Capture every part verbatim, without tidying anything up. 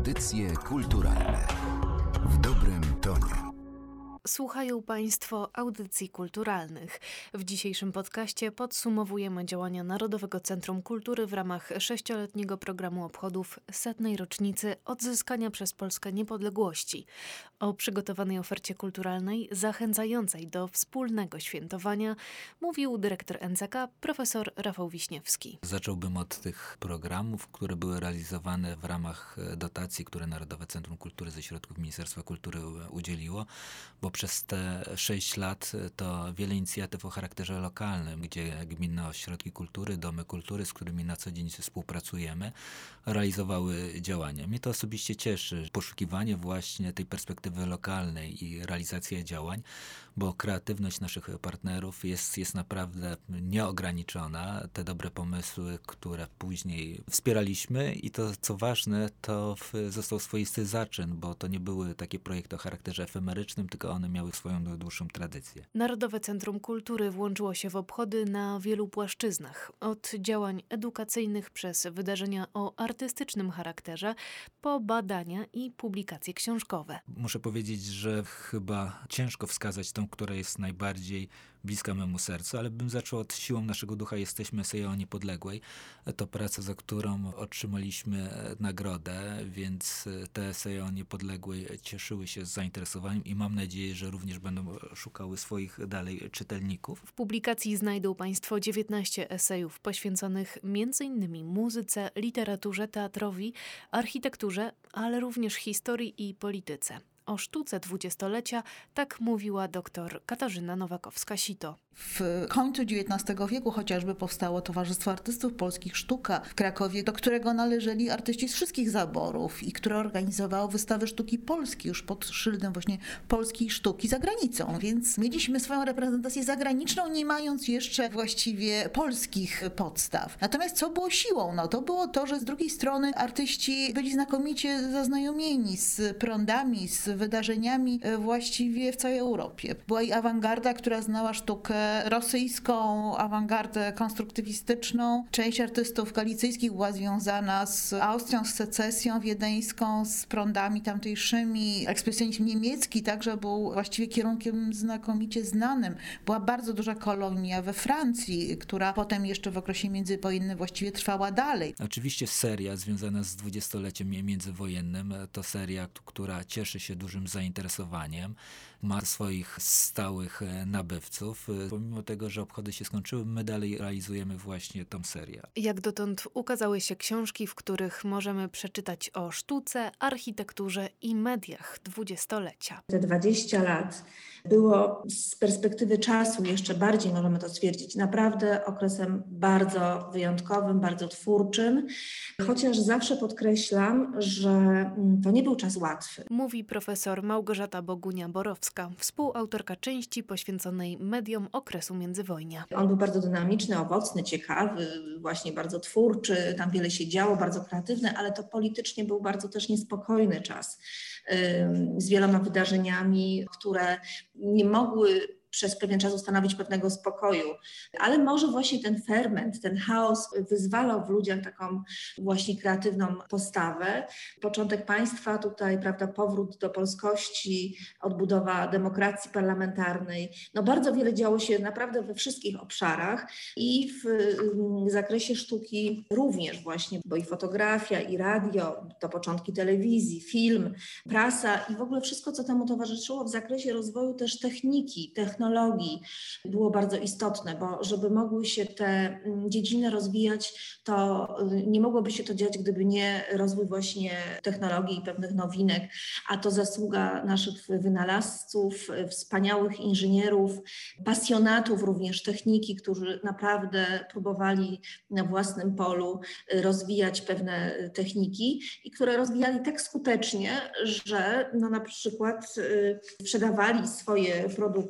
Audycje kulturalne w dobrym tonie. Słuchają Państwo audycji kulturalnych. W dzisiejszym podcaście podsumowujemy działania Narodowego Centrum Kultury w ramach sześcioletniego programu obchodów setnej rocznicy odzyskania przez Polskę niepodległości. O przygotowanej ofercie kulturalnej zachęcającej do wspólnego świętowania mówił dyrektor N C K profesor Rafał Wiśniewski. Zacząłbym od tych programów, które były realizowane w ramach dotacji, które Narodowe Centrum Kultury ze środków Ministerstwa Kultury udzieliło, bo przez te sześć lat to wiele inicjatyw o charakterze lokalnym, gdzie gminne ośrodki kultury, domy kultury, z którymi na co dzień współpracujemy, realizowały działania. Mnie to osobiście cieszy, poszukiwanie właśnie tej perspektywy lokalnej i realizacja działań, bo kreatywność naszych partnerów jest, jest naprawdę nieograniczona. Te dobre pomysły, które później wspieraliśmy i to, co ważne, to w, został swoisty zaczyn, bo to nie były takie projekty o charakterze efemerycznym, tylko one miały swoją dłuższą tradycję. Narodowe Centrum Kultury włączyło się w obchody na wielu płaszczyznach. Od działań edukacyjnych przez wydarzenia o artystycznym charakterze, po badania i publikacje książkowe. Muszę powiedzieć, że chyba ciężko wskazać tą, która jest najbardziej bliska memu sercu, ale bym zaczął od Siłą naszego ducha jesteśmy eseju o niepodległej. To praca, za którą otrzymaliśmy nagrodę, więc te eseje o niepodległej cieszyły się z zainteresowaniem i mam nadzieję, że również będą szukały swoich dalej czytelników. W publikacji znajdą Państwo dziewiętnaście esejów poświęconych między innymi muzyce, literaturze, teatrowi, architekturze, ale również historii i polityce. O sztuce dwudziestolecia tak mówiła dr Katarzyna Nowakowska-Sito. W końcu dziewiętnastego wieku chociażby powstało Towarzystwo Artystów Polskich Sztuka w Krakowie, do którego należeli artyści z wszystkich zaborów i które organizowało wystawy sztuki polskiej już pod szyldem właśnie polskiej sztuki za granicą. Więc mieliśmy swoją reprezentację zagraniczną, nie mając jeszcze właściwie polskich podstaw. Natomiast co było siłą? No to było to, że z drugiej strony artyści byli znakomicie zaznajomieni z prądami, z wydarzeniami właściwie w całej Europie. Była i awangarda, która znała sztukę rosyjską, awangardę konstruktywistyczną. Część artystów galicyjskich była związana z Austrią, z secesją wiedeńską, z prądami tamtejszymi. Ekspresjonizm niemiecki także był właściwie kierunkiem znakomicie znanym. Była bardzo duża kolonia we Francji, która potem jeszcze w okresie międzywojennym właściwie trwała dalej. Oczywiście seria związana z dwudziestoleciem międzywojennym to seria, która cieszy się dużym zainteresowaniem, ma swoich stałych nabywców. Pomimo tego, że obchody się skończyły, my dalej realizujemy właśnie tą serię. Jak dotąd ukazały się książki, w których możemy przeczytać o sztuce, architekturze i mediach dwudziestolecia. Te dwadzieścia lat było z perspektywy czasu, jeszcze bardziej możemy to stwierdzić, naprawdę okresem bardzo wyjątkowym, bardzo twórczym, chociaż zawsze podkreślam, że to nie był czas łatwy. Mówi profesor Małgorzata Bogunia-Borowska, współautorka części poświęconej mediom okresu międzywojnia. On był bardzo dynamiczny, owocny, ciekawy, właśnie bardzo twórczy, tam wiele się działo, bardzo kreatywny, ale to politycznie był bardzo też niespokojny czas z wieloma wydarzeniami, które nie mogły przez pewien czas ustanowić pewnego spokoju. Ale może właśnie ten ferment, ten chaos wyzwalał w ludziach taką właśnie kreatywną postawę. Początek państwa tutaj, prawda, powrót do polskości, odbudowa demokracji parlamentarnej. No bardzo wiele działo się naprawdę we wszystkich obszarach i w zakresie sztuki również właśnie, bo i fotografia, i radio, to początki telewizji, film, prasa i w ogóle wszystko, co temu towarzyszyło w zakresie rozwoju też techniki, technologii, technologii było bardzo istotne, bo żeby mogły się te dziedziny rozwijać, to nie mogłoby się to dziać, gdyby nie rozwój właśnie technologii i pewnych nowinek, a to zasługa naszych wynalazców, wspaniałych inżynierów, pasjonatów również techniki, którzy naprawdę próbowali na własnym polu rozwijać pewne techniki i które rozwijali tak skutecznie, że no na przykład sprzedawali swoje produkty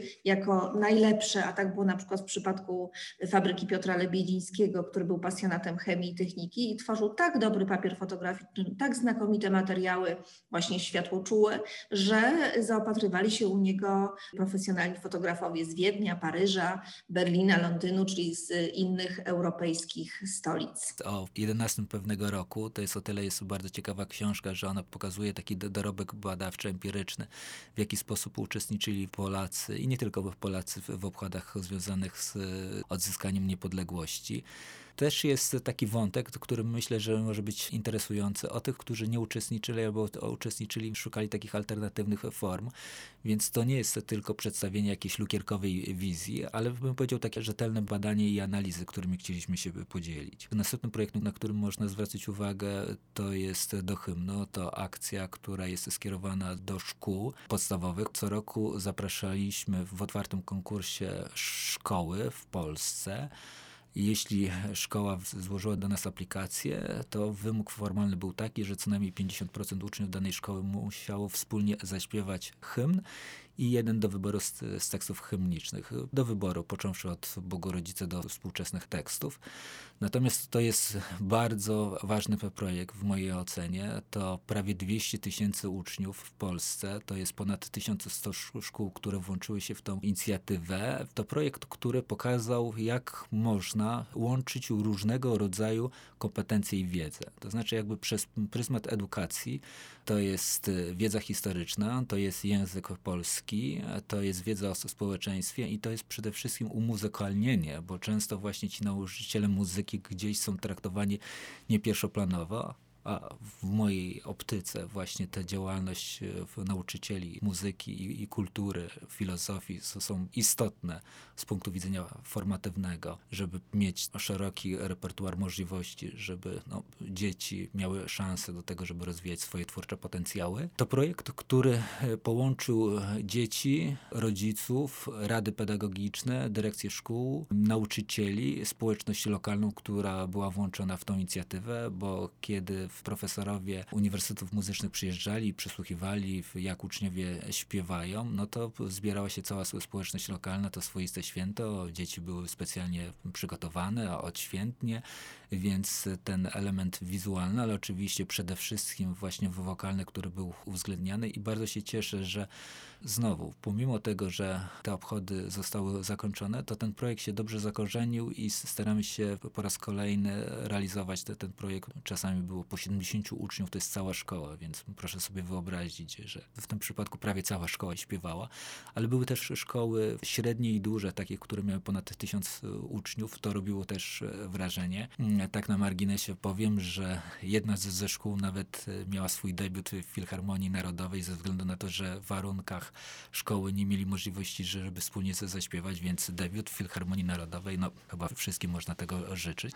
jako najlepsze, a tak było na przykład w przypadku fabryki Piotra Lebiedzińskiego, który był pasjonatem chemii i techniki i tworzył tak dobry papier fotograficzny, tak znakomite materiały, właśnie światłoczułe, że zaopatrywali się u niego profesjonalni fotografowie z Wiednia, Paryża, Berlina, Londynu, czyli z innych europejskich stolic. O jedenastym pewnego roku, to jest o tyle jest bardzo ciekawa książka, że ona pokazuje taki dorobek badawczy, empiryczny, w jaki sposób uczestniczyli Polacy i nie tylko Polacy w, w obchodach związanych z odzyskaniem niepodległości. Też jest taki wątek, który myślę, że może być interesujący o tych, którzy nie uczestniczyli albo uczestniczyli, szukali takich alternatywnych form, więc to nie jest tylko przedstawienie jakiejś lukierkowej wizji, ale bym powiedział takie rzetelne badanie i analizy, którymi chcieliśmy się podzielić. Następnym projektem, na którym można zwracać uwagę, to jest do hymnu, to akcja, która jest skierowana do szkół podstawowych. Co roku zapraszaliśmy w otwartym konkursie szkoły w Polsce. Jeśli szkoła złożyła do nas aplikację, to wymóg formalny był taki, że co najmniej pięćdziesiąt procent uczniów danej szkoły musiało wspólnie zaśpiewać hymn i jeden do wyboru z, z tekstów hymnicznych. Do wyboru, począwszy od Bogu Rodzice do współczesnych tekstów. Natomiast to jest bardzo ważny projekt w mojej ocenie. To prawie dwieście tysięcy uczniów w Polsce. To jest ponad tysiąc sto szkół, które włączyły się w tą inicjatywę. To projekt, który pokazał, jak można łączyć różnego rodzaju kompetencje i wiedzę. To znaczy jakby przez pryzmat edukacji to jest wiedza historyczna, to jest język polski, to jest wiedza o społeczeństwie i to jest przede wszystkim umuzykalnienie, bo często właśnie ci nauczyciele muzyki gdzieś są traktowani nie pierwszoplanowo, a w mojej optyce właśnie ta działalność nauczycieli muzyki i, i kultury, filozofii są istotne z punktu widzenia formatywnego, żeby mieć szeroki repertuar możliwości, żeby no, dzieci miały szansę do tego, żeby rozwijać swoje twórcze potencjały. To projekt, który połączył dzieci, rodziców, rady pedagogiczne, dyrekcje szkół, nauczycieli, społeczność lokalną, która była włączona w tą inicjatywę, bo kiedy profesorowie uniwersytetów muzycznych przyjeżdżali i przysłuchiwali, jak uczniowie śpiewają, no to zbierała się cała społeczność lokalna, to swoiste święto, dzieci były specjalnie przygotowane, odświętnie, więc ten element wizualny, ale oczywiście przede wszystkim właśnie wokalny, który był uwzględniany i bardzo się cieszę, że znowu, pomimo tego, że te obchody zostały zakończone, to ten projekt się dobrze zakorzenił i staramy się po raz kolejny realizować te, ten projekt. Czasami było po siedemdziesięciu uczniów, to jest cała szkoła, więc proszę sobie wyobrazić, że w tym przypadku prawie cała szkoła śpiewała, ale były też szkoły średnie i duże, takie, które miały ponad tysiąc uczniów, to robiło też wrażenie. Tak na marginesie powiem, że jedna ze szkół nawet miała swój debiut w Filharmonii Narodowej ze względu na to, że w warunkach szkoły nie mieli możliwości, żeby wspólnie zaśpiewać, więc debiut w Filharmonii Narodowej, no chyba wszystkim można tego życzyć.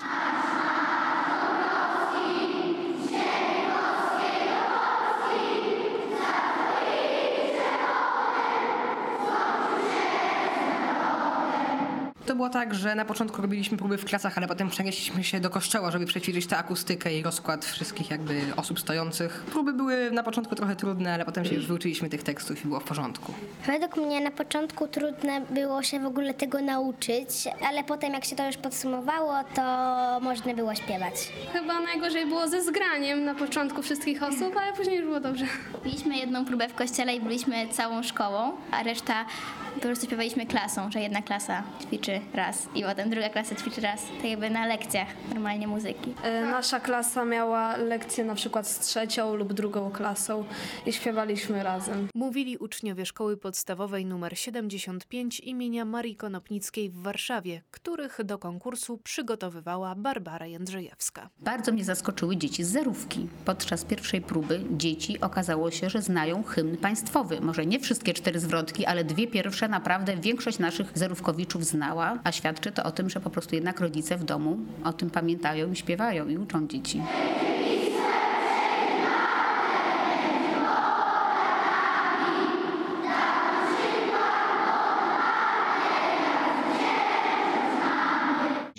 To było tak, że na początku robiliśmy próby w klasach, ale potem przenieśliśmy się do kościoła, żeby przećwiczyć tę akustykę i rozkład wszystkich jakby osób stojących. Próby były na początku trochę trudne, ale potem się już wyuczyliśmy tych tekstów i było w porządku. Według mnie na początku trudne było się w ogóle tego nauczyć, ale potem jak się to już podsumowało, to można było śpiewać. Chyba najgorzej było ze zgraniem na początku wszystkich osób, ale później już było dobrze. Mieliśmy jedną próbę w kościele i byliśmy całą szkołą, a reszta po prostu śpiewaliśmy klasą, że jedna klasa ćwiczy raz i potem druga klasa ćwiczy raz, tak jakby na lekcjach normalnie muzyki. E, nasza klasa miała lekcję na przykład z trzecią lub drugą klasą i śpiewaliśmy razem. Mówili uczniowie szkoły podstawowej nr siedemdziesiąt pięć imienia Marii Konopnickiej w Warszawie, których do konkursu przygotowywała Barbara Jędrzejewska. Bardzo mnie zaskoczyły dzieci z zerówki. Podczas pierwszej próby dzieci okazało się, że znają hymn państwowy. Może nie wszystkie cztery zwrotki, ale dwie pierwsze naprawdę większość naszych zerówkowiczów znała, a świadczy to o tym, że po prostu jednak rodzice w domu o tym pamiętają i śpiewają i uczą dzieci.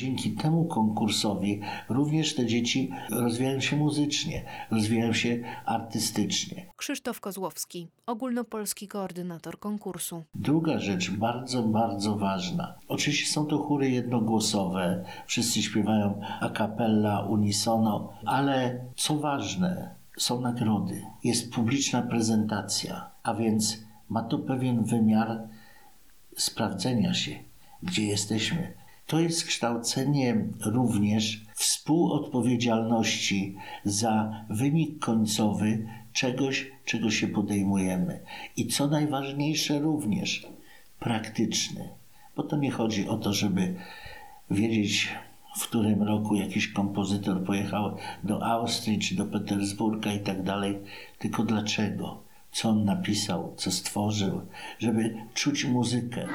dzięki temu konkursowi również te dzieci rozwijają się muzycznie, rozwijają się artystycznie. Krzysztof Kozłowski, ogólnopolski koordynator konkursu. Druga rzecz, bardzo, bardzo ważna. Oczywiście są to chóry jednogłosowe, wszyscy śpiewają a cappella, unisono, ale co ważne, są nagrody, jest publiczna prezentacja, a więc ma to pewien wymiar sprawdzenia się, gdzie jesteśmy. To jest kształcenie również współodpowiedzialności za wynik końcowy czegoś, czego się podejmujemy. I co najważniejsze również praktyczny, bo to nie chodzi o to, żeby wiedzieć, w którym roku jakiś kompozytor pojechał do Austrii czy do Petersburga i tak dalej, tylko dlaczego, co on napisał, co stworzył, żeby czuć muzykę.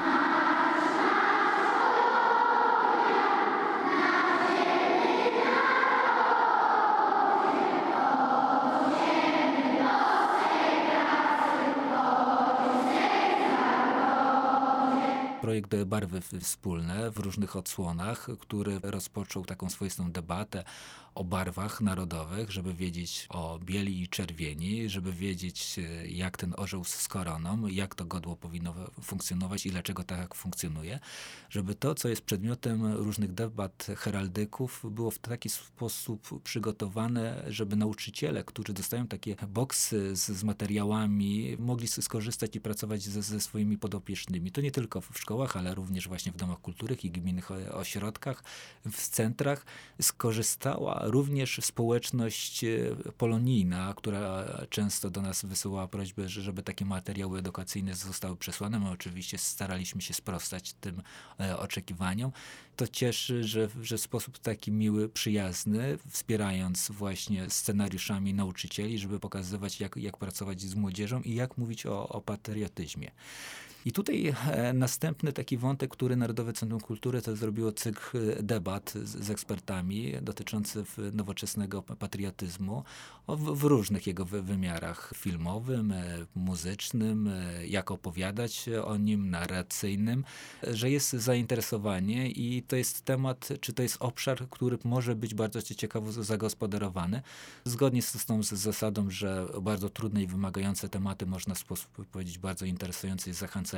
Projekt Barwy Wspólne w różnych odsłonach, który rozpoczął taką swoistą debatę o barwach narodowych, żeby wiedzieć o bieli i czerwieni, żeby wiedzieć, jak ten orzeł z koroną, jak to godło powinno funkcjonować i dlaczego tak funkcjonuje, żeby to, co jest przedmiotem różnych debat heraldyków, było w taki sposób przygotowane, żeby nauczyciele, którzy dostają takie boksy z, z materiałami, mogli skorzystać i pracować ze, ze swoimi podopiecznymi. To nie tylko w szkołach, ale również właśnie w domach kultury i gminnych ośrodkach, w centrach skorzystała również społeczność polonijna, która często do nas wysyłała prośbę, żeby takie materiały edukacyjne zostały przesłane. My oczywiście staraliśmy się sprostać tym oczekiwaniom. To cieszy, że, że w sposób taki miły, przyjazny, wspierając właśnie scenariuszami nauczycieli, żeby pokazywać, jak, jak pracować z młodzieżą i jak mówić o, o patriotyzmie. I tutaj e, następny taki wątek, który Narodowe Centrum Kultury to zrobiło cykl debat z, z ekspertami dotyczący nowoczesnego patriotyzmu o, w, w różnych jego wy, wymiarach filmowym, e, muzycznym, e, jak opowiadać o nim, narracyjnym, e, że jest zainteresowanie i to jest temat, czy to jest obszar, który może być bardzo ciekawo zagospodarowany. Zgodnie z tą zasadą, że bardzo trudne i wymagające tematy można w sposób, powiedzieć, bardzo interesujący i zachęcający.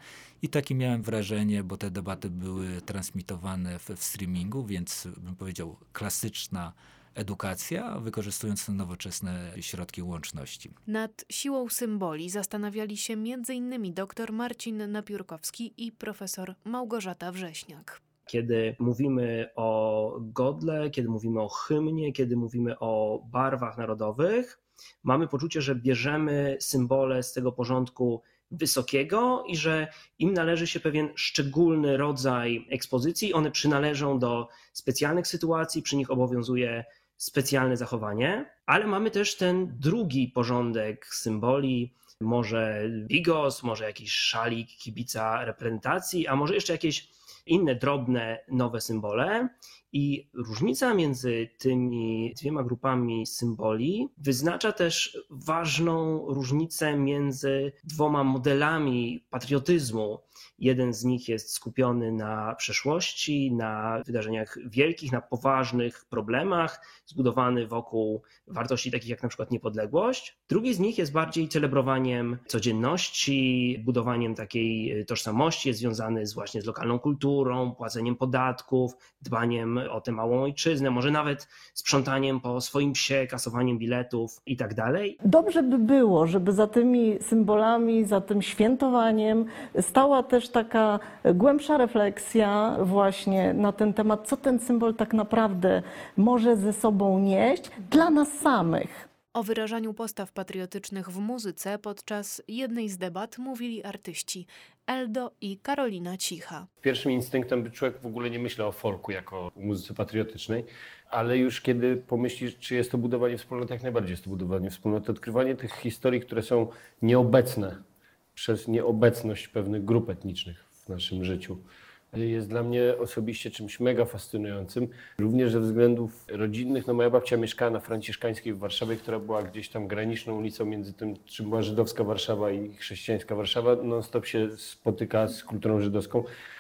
I takie miałem wrażenie, bo te debaty były transmitowane w, w streamingu, więc bym powiedział klasyczna edukacja, wykorzystując nowoczesne środki łączności. Nad siłą symboli zastanawiali się między innymi dr Marcin Napiórkowski i profesor Małgorzata Wrześniak. Kiedy mówimy o godle, kiedy mówimy o hymnie, kiedy mówimy o barwach narodowych, mamy poczucie, że bierzemy symbole z tego porządku wysokiego i że im należy się pewien szczególny rodzaj ekspozycji. One przynależą do specjalnych sytuacji, przy nich obowiązuje specjalne zachowanie, ale mamy też ten drugi porządek symboli, może bigos, może jakiś szalik kibica reprezentacji, a może jeszcze jakieś inne drobne, nowe symbole. I różnica między tymi dwiema grupami symboli wyznacza też ważną różnicę między dwoma modelami patriotyzmu. Jeden z nich jest skupiony na przeszłości, na wydarzeniach wielkich, na poważnych problemach, zbudowany wokół wartości takich jak na przykład niepodległość. Drugi z nich jest bardziej celebrowaniem codzienności, budowaniem takiej tożsamości, jest związany z właśnie z lokalną kulturą, płaceniem podatków, dbaniem o tę małą ojczyznę, może nawet sprzątaniem po swoim psie, kasowaniem biletów i tak dalej. Dobrze by było, żeby za tymi symbolami, za tym świętowaniem stała też taka głębsza refleksja właśnie na ten temat, co ten symbol tak naprawdę może ze sobą nieść dla nas samych. O wyrażaniu postaw patriotycznych w muzyce podczas jednej z debat mówili artyści Eldo i Karolina Cicha. Pierwszym instynktem by człowiek w ogóle nie myślał o folku jako o muzyce patriotycznej, ale już kiedy pomyślisz, czy jest to budowanie wspólnoty, jak najbardziej jest to budowanie wspólnoty, odkrywanie tych historii, które są nieobecne przez nieobecność pewnych grup etnicznych w naszym życiu, jest dla mnie osobiście czymś mega fascynującym. Również ze względów rodzinnych. No moja babcia mieszkała na Franciszkańskiej w Warszawie, która była gdzieś tam graniczną ulicą między tym, czym była żydowska Warszawa i chrześcijańska Warszawa. Non stop się spotyka z kulturą żydowską.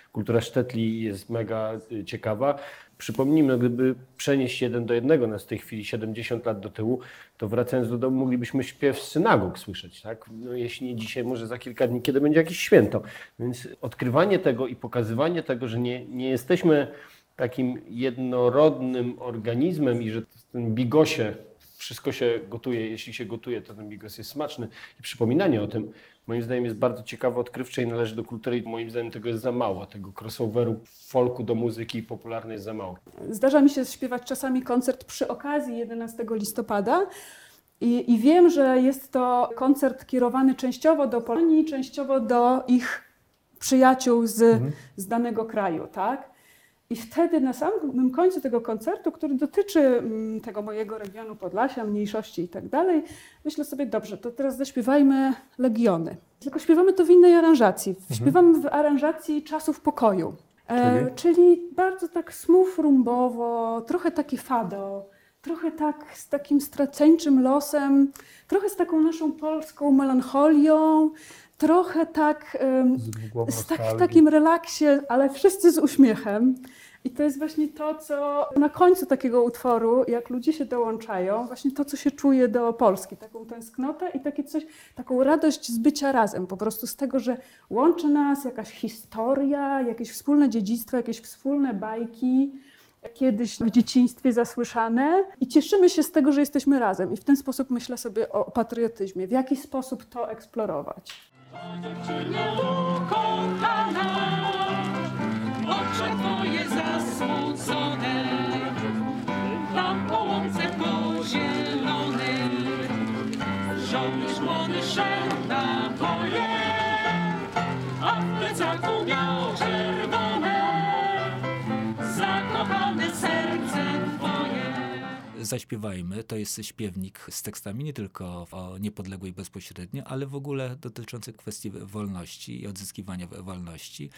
kultura sztetli jest mega ciekawa. Przypomnijmy, no gdyby przenieść jeden do jednego nas w tej chwili siedemdziesiąt lat do tyłu, to wracając do domu moglibyśmy śpiew z synagog słyszeć, tak? No jeśli nie dzisiaj, może za kilka dni, kiedy będzie jakieś święto. Więc odkrywanie tego i pokazywanie tego, że nie, nie jesteśmy takim jednorodnym organizmem i że w tym bigosie wszystko się gotuje, jeśli się gotuje, to ten bigos jest smaczny i przypominanie o tym, moim zdaniem jest bardzo ciekawe, odkrywcze i należy do kultury i moim zdaniem tego jest za mało, tego crossoveru folku do muzyki popularnej jest za mało. Zdarza mi się śpiewać czasami koncert przy okazji jedenastego listopada i, i wiem, że jest to koncert kierowany częściowo do Polonii, częściowo do ich przyjaciół z, mhm. z danego kraju, tak? I wtedy na samym końcu tego koncertu, który dotyczy tego mojego regionu Podlasia, mniejszości i tak dalej, myślę sobie, dobrze, to teraz zaśpiewajmy Legiony. Tylko śpiewamy to w innej aranżacji. Śpiewamy w aranżacji czasów pokoju. E, czyli? czyli bardzo tak smooth rumbowo, trochę taki fado, trochę tak z takim straceńczym losem, trochę z taką naszą polską melancholią, trochę tak z, z tak, takim relaksie, ale wszyscy z uśmiechem. I to jest właśnie to, co na końcu takiego utworu, jak ludzie się dołączają, właśnie to, co się czuje do Polski, taką tęsknotę i takie coś, taką radość z bycia razem, po prostu z tego, że łączy nas jakaś historia, jakieś wspólne dziedzictwo, jakieś wspólne bajki, kiedyś w dzieciństwie zasłyszane i cieszymy się z tego, że jesteśmy razem. I w ten sposób myślę sobie o patriotyzmie, w jaki sposób to eksplorować. Oczy twoje zasmucone, tam po łące pozielonej, żołnierz młody szedł na boje, a w plecaku miał czerwone, zakochane serce twoje. Zaśpiewajmy, to jest śpiewnik z tekstami nie tylko o niepodległej bezpośrednio, ale w ogóle dotyczący kwestii wolności i odzyskiwania wolności.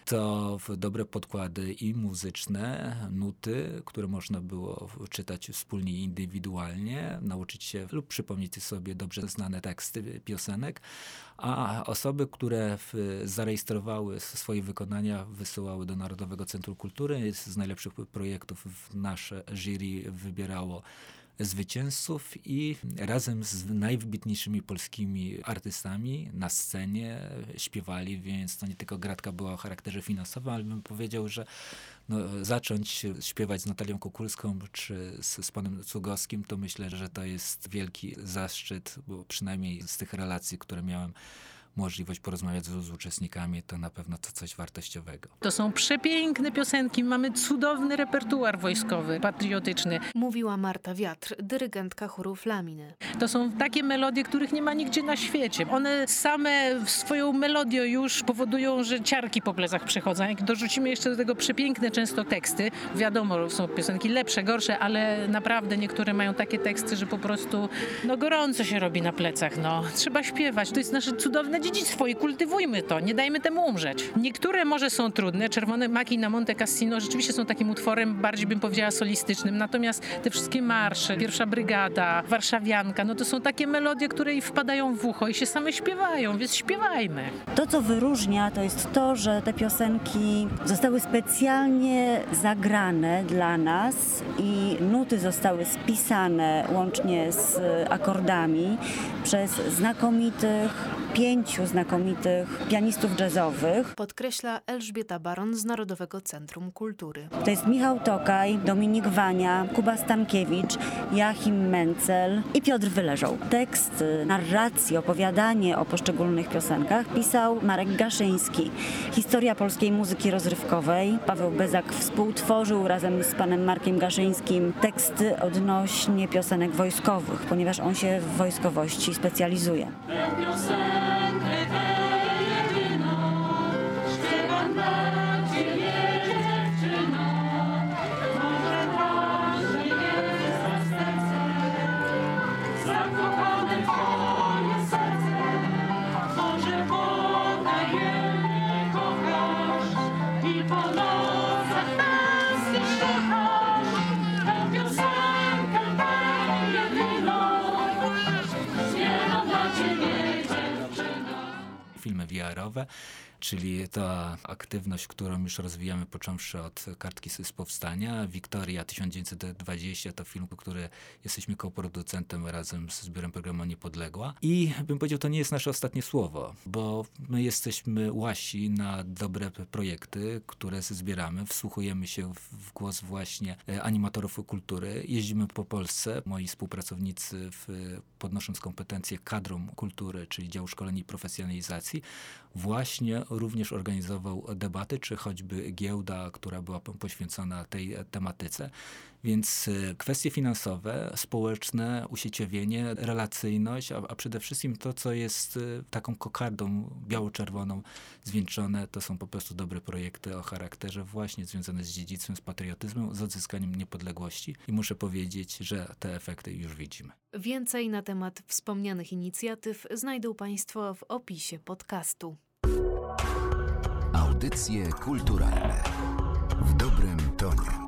To dobre podkłady i muzyczne, nuty, które można było czytać wspólnie i indywidualnie, nauczyć się lub przypomnieć sobie dobrze znane teksty piosenek, a osoby, które zarejestrowały swoje wykonania, wysyłały do Narodowego Centrum Kultury. Z najlepszych projektów nasze jury wybierało zwycięzców i razem z najwybitniejszymi polskimi artystami na scenie śpiewali, więc to nie tylko gratka była o charakterze finansowym, ale bym powiedział, że no, zacząć śpiewać z Natalią Kukulską czy z, z panem Cugowskim, to myślę, że to jest wielki zaszczyt, bo przynajmniej z tych relacji, które miałem możliwość porozmawiać z, z uczestnikami, to na pewno to coś wartościowego. To są przepiękne piosenki, mamy cudowny repertuar wojskowy, patriotyczny. Mówiła Marta Wiatr, dyrygentka chóru Flaminy. To są takie melodie, których nie ma nigdzie na świecie. One same swoją melodią już powodują, że ciarki po plecach przechodzą. Jak dorzucimy jeszcze do tego przepiękne często teksty, wiadomo, są piosenki lepsze, gorsze, ale naprawdę niektóre mają takie teksty, że po prostu no gorąco się robi na plecach. No. Trzeba śpiewać, to jest nasze cudowne dziedzictwo i kultywujmy to, nie dajmy temu umrzeć. Niektóre może są trudne, Czerwone Maki na Monte Cassino rzeczywiście są takim utworem, bardziej bym powiedziała solistycznym, natomiast te wszystkie marsze, Pierwsza Brygada, Warszawianka, no to są takie melodie, które i wpadają w ucho i się same śpiewają, więc śpiewajmy. To, co wyróżnia, to jest to, że te piosenki zostały specjalnie zagrane dla nas i nuty zostały spisane łącznie z akordami przez znakomitych, pięciu znakomitych pianistów jazzowych. Podkreśla Elżbieta Baron z Narodowego Centrum Kultury. To jest Michał Tokaj, Dominik Wania, Kuba Stankiewicz, Joachim Mencel i Piotr Wyleżał. Tekst, narrację, opowiadanie o poszczególnych piosenkach pisał Marek Gaszyński. Historia polskiej muzyki rozrywkowej. Paweł Bezak współtworzył razem z panem Markiem Gaszyńskim teksty odnośnie piosenek wojskowych, ponieważ on się w wojskowości specjalizuje. Filmy V R owe, czyli ta aktywność, którą już rozwijamy począwszy od kartki z powstania. Wiktoria tysiąc dziewięćset dwadzieścia to film, który jesteśmy koproducentem razem z Biurem Programu Niepodległa. I bym powiedział, to nie jest nasze ostatnie słowo, bo my jesteśmy łasi na dobre projekty, które zbieramy. Wsłuchujemy się w głos właśnie animatorów kultury. Jeździmy po Polsce. Moi współpracownicy w, podnosząc kompetencje kadrom kultury, czyli działu szkolenia i profesjonalizacji, właśnie również organizował debaty, czy choćby giełda, która była poświęcona tej tematyce. Więc kwestie finansowe, społeczne, usieciowienie, relacyjność, a, a przede wszystkim to, co jest taką kokardą biało-czerwoną zwieńczone, to są po prostu dobre projekty o charakterze właśnie związane z dziedzictwem, z patriotyzmem, z odzyskaniem niepodległości. I muszę powiedzieć, że te efekty już widzimy. Więcej na temat wspomnianych inicjatyw znajdą Państwo w opisie podcastu. Audycje kulturalne w dobrym tonie.